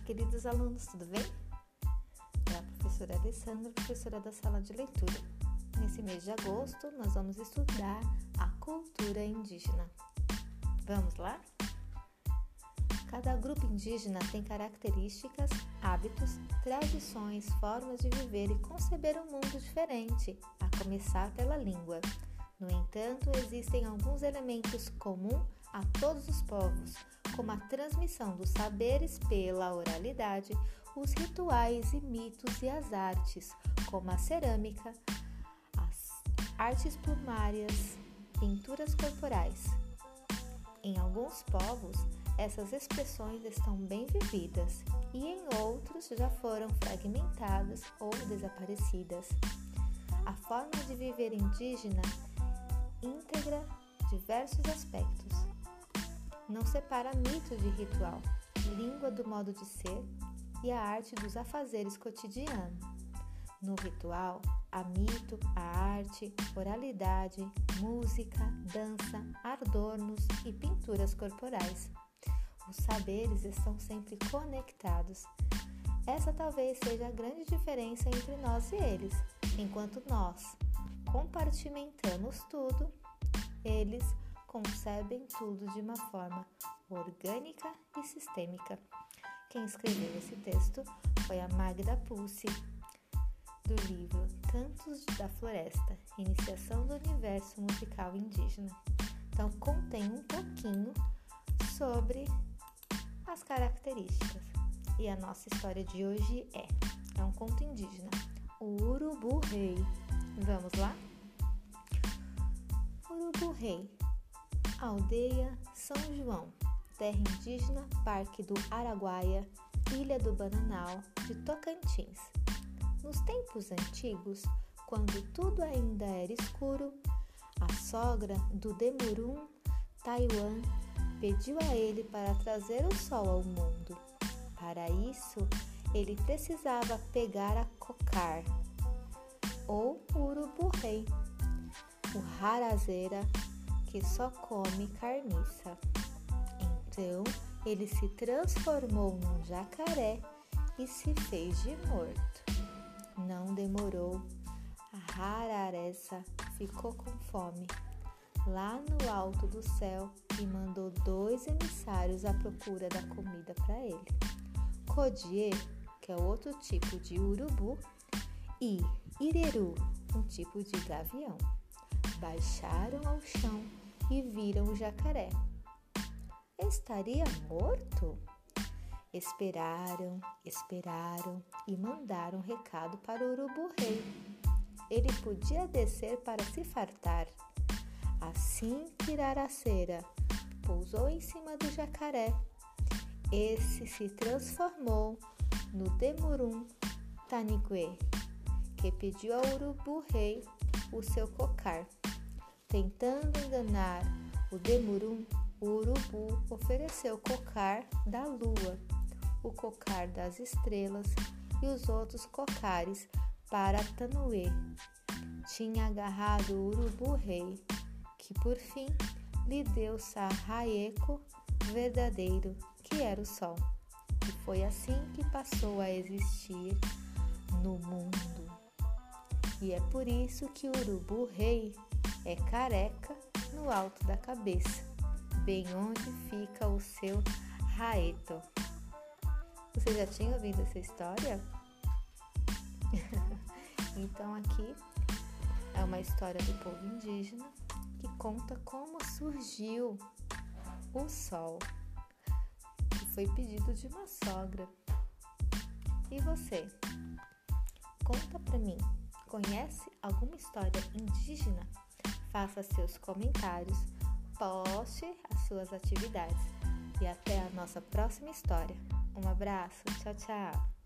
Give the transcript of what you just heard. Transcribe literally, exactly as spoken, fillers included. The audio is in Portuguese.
queridos alunos, tudo bem? É a professora Alessandra, professora da sala de leitura. Nesse mês de agosto, nós vamos estudar a cultura indígena. Vamos lá? Cada grupo indígena tem características, hábitos, tradições, formas de viver e conceber um mundo diferente, a começar pela língua. No entanto, existem alguns elementos comuns a todos os povos, como a transmissão dos saberes pela oralidade, os rituais e mitos e as artes, como a cerâmica, as artes plumárias, pinturas corporais. Em alguns povos, essas expressões estão bem vividas e em outros já foram fragmentadas ou desaparecidas. A forma de viver indígena integra diversos aspectos. Não separa mito de ritual, língua do modo de ser e a arte dos afazeres cotidianos. No ritual, há mito, a arte, oralidade, música, dança, adornos e pinturas corporais. Os saberes estão sempre conectados. Essa talvez seja a grande diferença entre nós e eles. Enquanto nós compartimentamos tudo, eles concebem tudo de uma forma orgânica e sistêmica. Quem escreveu esse texto foi a Magda Pulse, do livro Cantos da Floresta, Iniciação do Universo Musical Indígena. Então, contém um pouquinho sobre as características. E a nossa história de hoje é, é um conto indígena, o Urubu Rei. Vamos lá? Urubu Rei. Aldeia São João, terra indígena, Parque do Araguaia, Ilha do Bananal, de Tocantins. Nos tempos antigos, quando tudo ainda era escuro, a sogra do Demurum, Taiwan, pediu a ele para trazer o sol ao mundo. Para isso, ele precisava pegar a cocar, ou urubu-rei, o rarazeira, que só come carniça. Então, ele se transformou num jacaré e se fez de morto. Não demorou, a rararesa ficou com fome lá no alto do céu e mandou dois emissários à procura da comida para ele. Codiê, que é outro tipo de urubu, e Ireru, um tipo de gavião, baixaram ao chão e viram o jacaré. Estaria morto? Esperaram, esperaram e mandaram recado para o urubu-rei. Ele podia descer para se fartar. Assim que Iraracera pousou em cima do jacaré, esse se transformou no Demurum Taniguê, que pediu ao urubu-rei o seu cocar. Tentando enganar o Demurum, o urubu ofereceu o cocar da lua, o cocar das estrelas e os outros cocares para Tanuê. Tinha agarrado o urubu-rei, que por fim lhe deu Sarraeco verdadeiro, que era o sol. E foi assim que passou a existir no mundo. E é por isso que o urubu-rei é careca no alto da cabeça, bem onde fica o seu raeto. Você já tinha ouvido essa história? Então aqui é uma história do povo indígena que conta como surgiu o sol, que foi pedido de uma sogra. E você? Conta pra mim, conhece alguma história indígena? Faça seus comentários, poste as suas atividades e até a nossa próxima história. Um abraço, tchau, tchau!